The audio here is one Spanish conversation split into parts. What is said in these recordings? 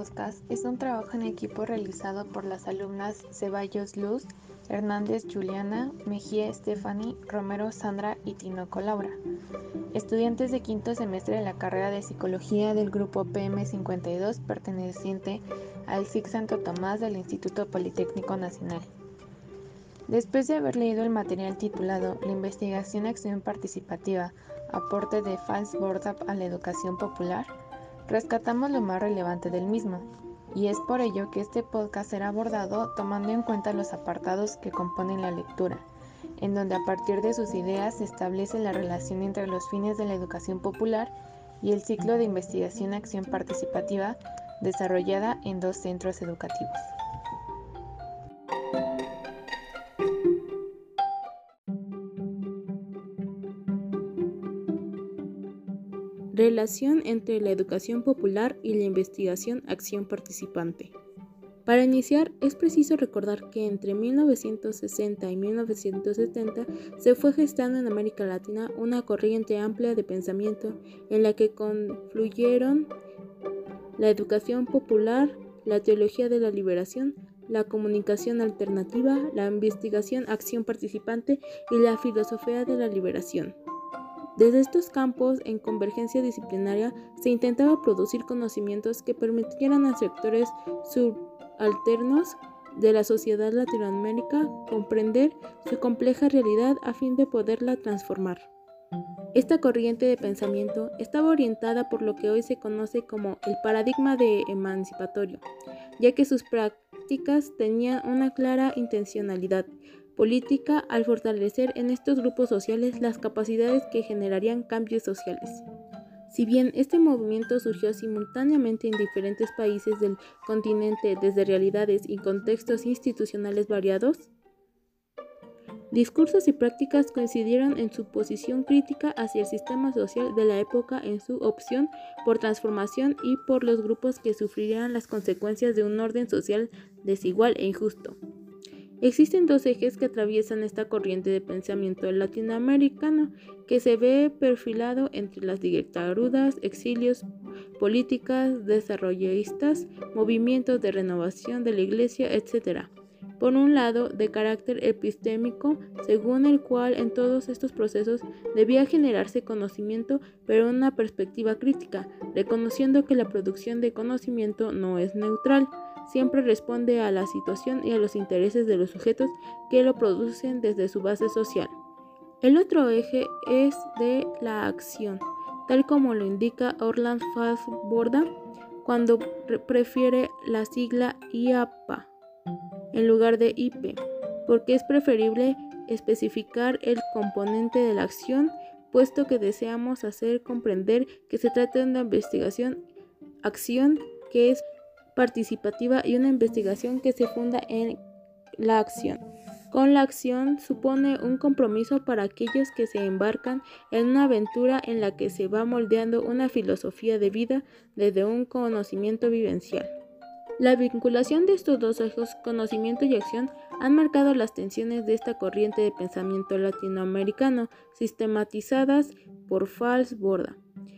podcast es un trabajo en equipo realizado por las alumnas Ceballos Luz, Hernández Juliana, Mejía Stephanie, Romero Sandra y Tinoco Laura, estudiantes de quinto semestre de la carrera de Psicología del grupo PM52 perteneciente al SIC Santo Tomás del Instituto Politécnico Nacional. Después de haber leído el material titulado La investigación acción participativa, aporte de Fals Bordap a la educación popular, rescatamos lo más relevante del mismo, y es por ello que este podcast será abordado tomando en cuenta los apartados que componen la lectura, en donde a partir de sus ideas se establece la relación entre los fines de la educación popular y el ciclo de investigación-acción participativa desarrollada en 2 centros educativos. Relación entre la educación popular y la investigación-acción participante. Para iniciar, es preciso recordar que entre 1960 y 1970 se fue gestando en América Latina una corriente amplia de pensamiento en la que confluyeron la educación popular, la teología de la liberación, la comunicación alternativa, la investigación-acción participante y la filosofía de la liberación. Desde estos campos, en convergencia disciplinaria, se intentaba producir conocimientos que permitieran a sectores subalternos de la sociedad latinoamérica comprender su compleja realidad a fin de poderla transformar. Esta corriente de pensamiento estaba orientada por lo que hoy se conoce como el paradigma de emancipatorio, ya que sus prácticas tenían una clara intencionalidad política al fortalecer en estos grupos sociales las capacidades que generarían cambios sociales. Si bien este movimiento surgió simultáneamente en diferentes países del continente desde realidades y contextos institucionales variados, discursos y prácticas coincidieron en su posición crítica hacia el sistema social de la época, en su opción por transformación y por los grupos que sufrirían las consecuencias de un orden social desigual e injusto. Existen 2 ejes que atraviesan esta corriente de pensamiento latinoamericano que se ve perfilado entre las dictaduras, exilios, políticas desarrollistas, movimientos de renovación de la Iglesia, etc. Por un lado, de carácter epistémico, según el cual en todos estos procesos debía generarse conocimiento, pero en una perspectiva crítica, reconociendo que la producción de conocimiento no es neutral, siempre responde a la situación y a los intereses de los sujetos que lo producen desde su base social. El otro eje es de la acción, tal como lo indica Orland Fals Bordap cuando prefiere la sigla IAPA en lugar de IP, porque es preferible especificar el componente de la acción, puesto que deseamos hacer comprender que se trata de una investigación-acción que es participativa y una investigación que se funda en la acción. Con la acción supone un compromiso para aquellos que se embarcan en una aventura en la que se va moldeando una filosofía de vida desde un conocimiento vivencial. La vinculación de estos 2 ejes, conocimiento y acción, han marcado las tensiones de esta corriente de pensamiento latinoamericano, sistematizadas por Fals Bordap.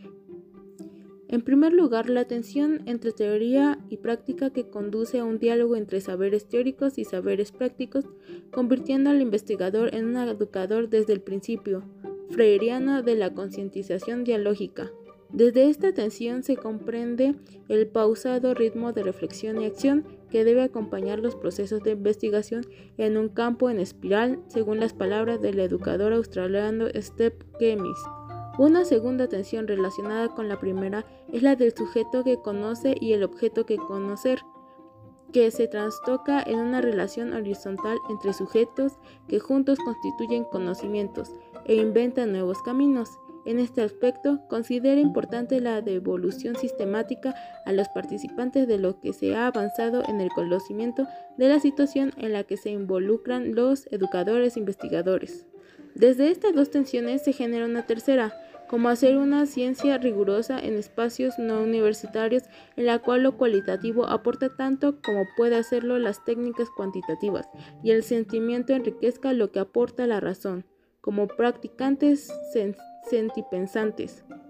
En primer lugar, la tensión entre teoría y práctica que conduce a un diálogo entre saberes teóricos y saberes prácticos, convirtiendo al investigador en un educador desde el principio freiriano de la concientización dialógica. Desde esta tensión se comprende el pausado ritmo de reflexión y acción que debe acompañar los procesos de investigación en un campo en espiral, según las palabras del educador australiano Steph Kemis. Una segunda tensión relacionada con la primera es la del sujeto que conoce y el objeto que conocer, que se trastoca en una relación horizontal entre sujetos que juntos constituyen conocimientos e inventan nuevos caminos. En este aspecto, considera importante la devolución sistemática a los participantes de lo que se ha avanzado en el conocimiento de la situación en la que se involucran los educadores e investigadores. Desde estas 2 tensiones se genera una tercera, como hacer una ciencia rigurosa en espacios no universitarios en la cual lo cualitativo aporta tanto como puede hacerlo las técnicas cuantitativas y el sentimiento enriquezca lo que aporta la razón, como practicantes sentipensantes.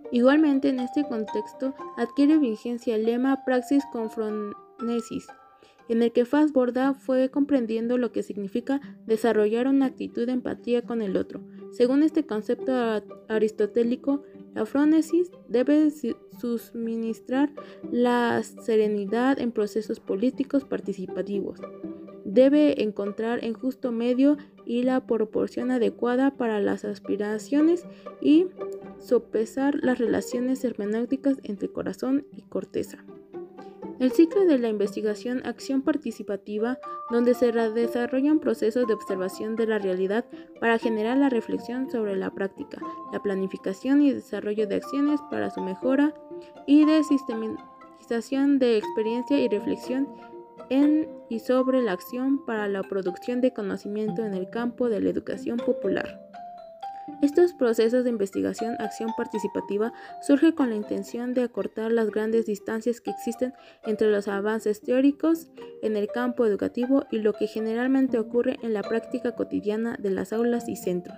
Igualmente, en este contexto, adquiere vigencia el lema Praxis con Phronesis, en el que Fassborda fue comprendiendo lo que significa desarrollar una actitud de empatía con el otro. Según este concepto aristotélico, la phronesis debe suministrar la serenidad en procesos políticos participativos. Debe encontrar el justo medio y la proporción adecuada para las aspiraciones y sopesar las relaciones hermenéuticas entre corazón y corteza. El ciclo de la investigación-acción participativa, donde se desarrollan procesos de observación de la realidad para generar la reflexión sobre la práctica, la planificación y desarrollo de acciones para su mejora y de sistematización de experiencia y reflexión en y sobre la acción para la producción de conocimiento en el campo de la educación popular. Estos procesos de investigación-acción participativa surgen con la intención de acortar las grandes distancias que existen entre los avances teóricos en el campo educativo y lo que generalmente ocurre en la práctica cotidiana de las aulas y centros.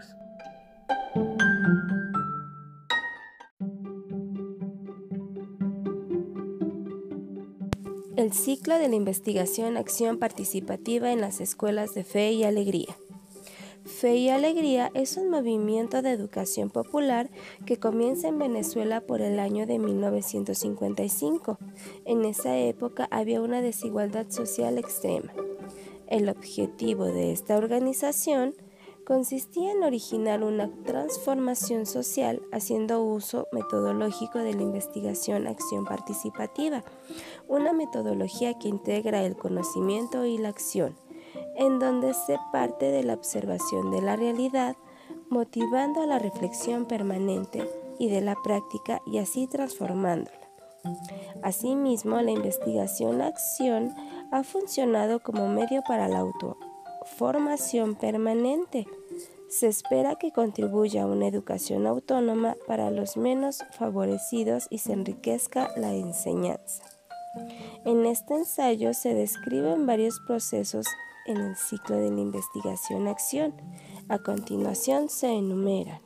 El ciclo de la investigación-acción participativa en las escuelas de Fe y Alegría. Fe y Alegría es un movimiento de educación popular que comienza en Venezuela por el año de 1955. En esa época había una desigualdad social extrema. El objetivo de esta organización consistía en originar una transformación social haciendo uso metodológico de la investigación-acción participativa, una metodología que integra el conocimiento y la acción, en donde se parte de la observación de la realidad, motivando a la reflexión permanente y de la práctica y así transformándola. Asimismo, la investigación-acción ha funcionado como medio para la autoformación permanente. Se espera que contribuya a una educación autónoma para los menos favorecidos y se enriquezca la enseñanza. En este ensayo se describen varios procesos en el ciclo de la investigación-acción. A continuación se enumeran.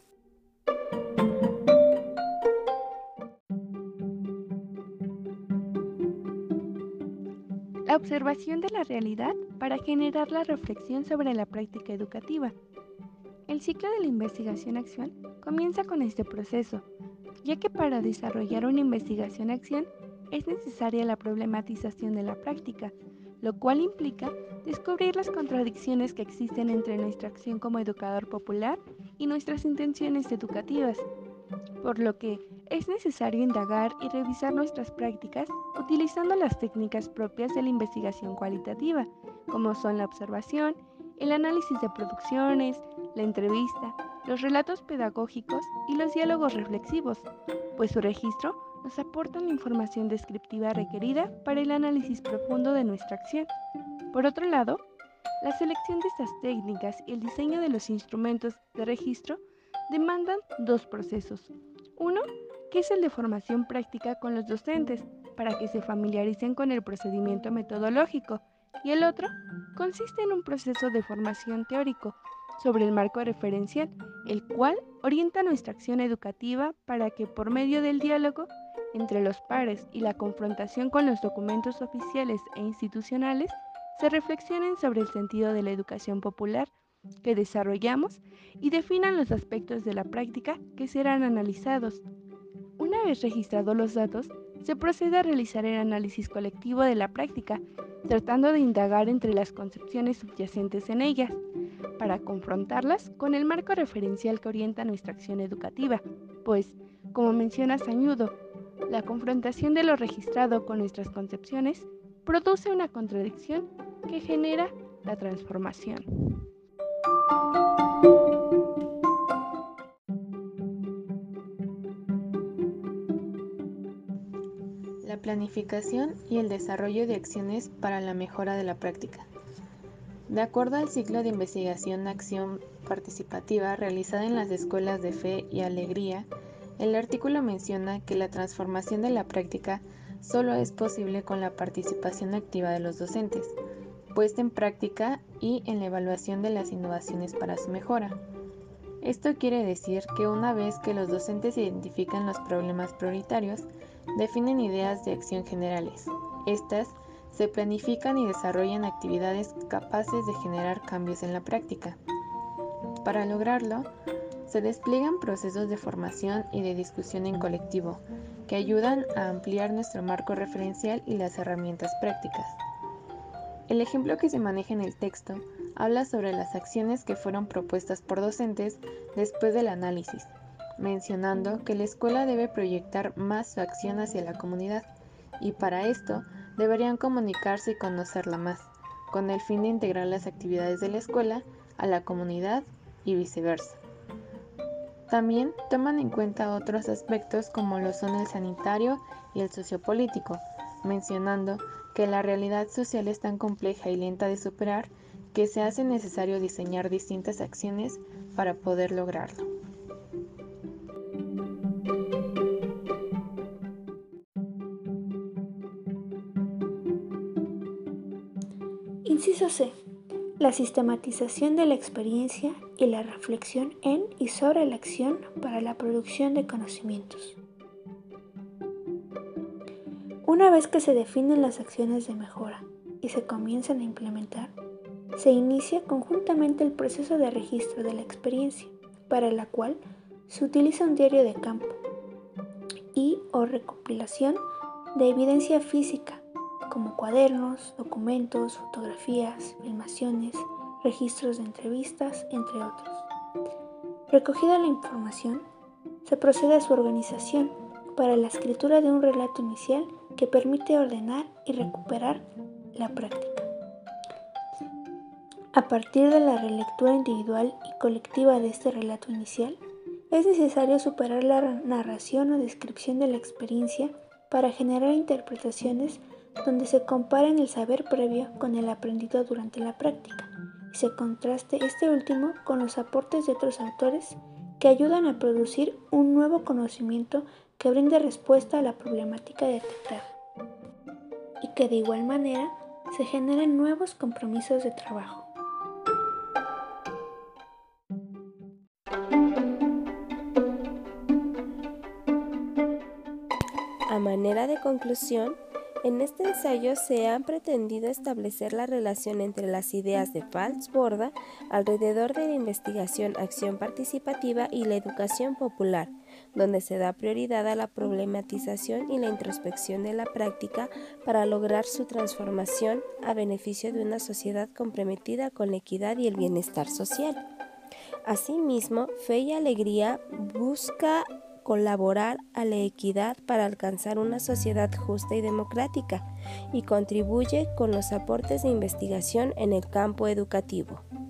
La observación de la realidad para generar la reflexión sobre la práctica educativa. El ciclo de la investigación-acción comienza con este proceso, ya que para desarrollar una investigación-acción es necesaria la problematización de la práctica, lo cual implica descubrir las contradicciones que existen entre nuestra acción como educador popular y nuestras intenciones educativas, por lo que es necesario indagar y revisar nuestras prácticas utilizando las técnicas propias de la investigación cualitativa, como son la observación, el análisis de producciones, la entrevista, los relatos pedagógicos y los diálogos reflexivos, pues su registro nos aporta la información descriptiva requerida para el análisis profundo de nuestra acción. Por otro lado, la selección de estas técnicas y el diseño de los instrumentos de registro demandan dos procesos. Uno, que es el de formación práctica con los docentes, para que se familiaricen con el procedimiento metodológico, y el otro consiste en un proceso de formación teórico sobre el marco referencial, el cual orienta nuestra acción educativa para que por medio del diálogo entre los pares y la confrontación con los documentos oficiales e institucionales se reflexionen sobre el sentido de la educación popular que desarrollamos y definan los aspectos de la práctica que serán analizados. Una vez registrados los datos, se procede a realizar el análisis colectivo de la práctica, tratando de indagar entre las concepciones subyacentes en ellas, para confrontarlas con el marco referencial que orienta nuestra acción educativa, pues, como menciona Sañudo, la confrontación de lo registrado con nuestras concepciones produce una contradicción que genera la transformación. La planificación y el desarrollo de acciones para la mejora de la práctica. De acuerdo al ciclo de investigación-acción participativa realizada en las escuelas de Fe y Alegría, el artículo menciona que la transformación de la práctica solo es posible con la participación activa de los docentes, puesta en práctica y en la evaluación de las innovaciones para su mejora. Esto quiere decir que una vez que los docentes identifican los problemas prioritarios, definen ideas de acción generales. Estas se planifican y desarrollan actividades capaces de generar cambios en la práctica. Para lograrlo, se despliegan procesos de formación y de discusión en colectivo, que ayudan a ampliar nuestro marco referencial y las herramientas prácticas. El ejemplo que se maneja en el texto habla sobre las acciones que fueron propuestas por docentes después del análisis, mencionando que la escuela debe proyectar más su acción hacia la comunidad y para esto deberían comunicarse y conocerla más, con el fin de integrar las actividades de la escuela a la comunidad y viceversa. También toman en cuenta otros aspectos como lo son el sanitario y el sociopolítico, mencionando que la realidad social es tan compleja y lenta de superar que se hace necesario diseñar distintas acciones para poder lograrlo. Inciso C. La sistematización de la experiencia y la reflexión en y sobre la acción para la producción de conocimientos. Una vez que se definen las acciones de mejora y se comienzan a implementar, se inicia conjuntamente el proceso de registro de la experiencia, para la cual se utiliza un diario de campo y o recopilación de evidencia física, como cuadernos, documentos, fotografías, filmaciones, registros de entrevistas, entre otros. Recogida la información, se procede a su organización para la escritura de un relato inicial que permite ordenar y recuperar la práctica. A partir de la relectura individual y colectiva de este relato inicial, es necesario superar la narración o descripción de la experiencia para generar interpretaciones donde se comparen el saber previo con el aprendido durante la práctica y se contraste este último con los aportes de otros autores que ayudan a producir un nuevo conocimiento que brinde respuesta a la problemática detectada y que de igual manera se generen nuevos compromisos de trabajo. A manera de conclusión, en este ensayo se ha pretendido establecer la relación entre las ideas de Falz-Borda alrededor de la investigación, acción participativa y la educación popular, donde se da prioridad a la problematización y la introspección de la práctica para lograr su transformación a beneficio de una sociedad comprometida con la equidad y el bienestar social. Asimismo, Fe y Alegría busca colaborar a la equidad para alcanzar una sociedad justa y democrática y contribuye con los aportes de investigación en el campo educativo.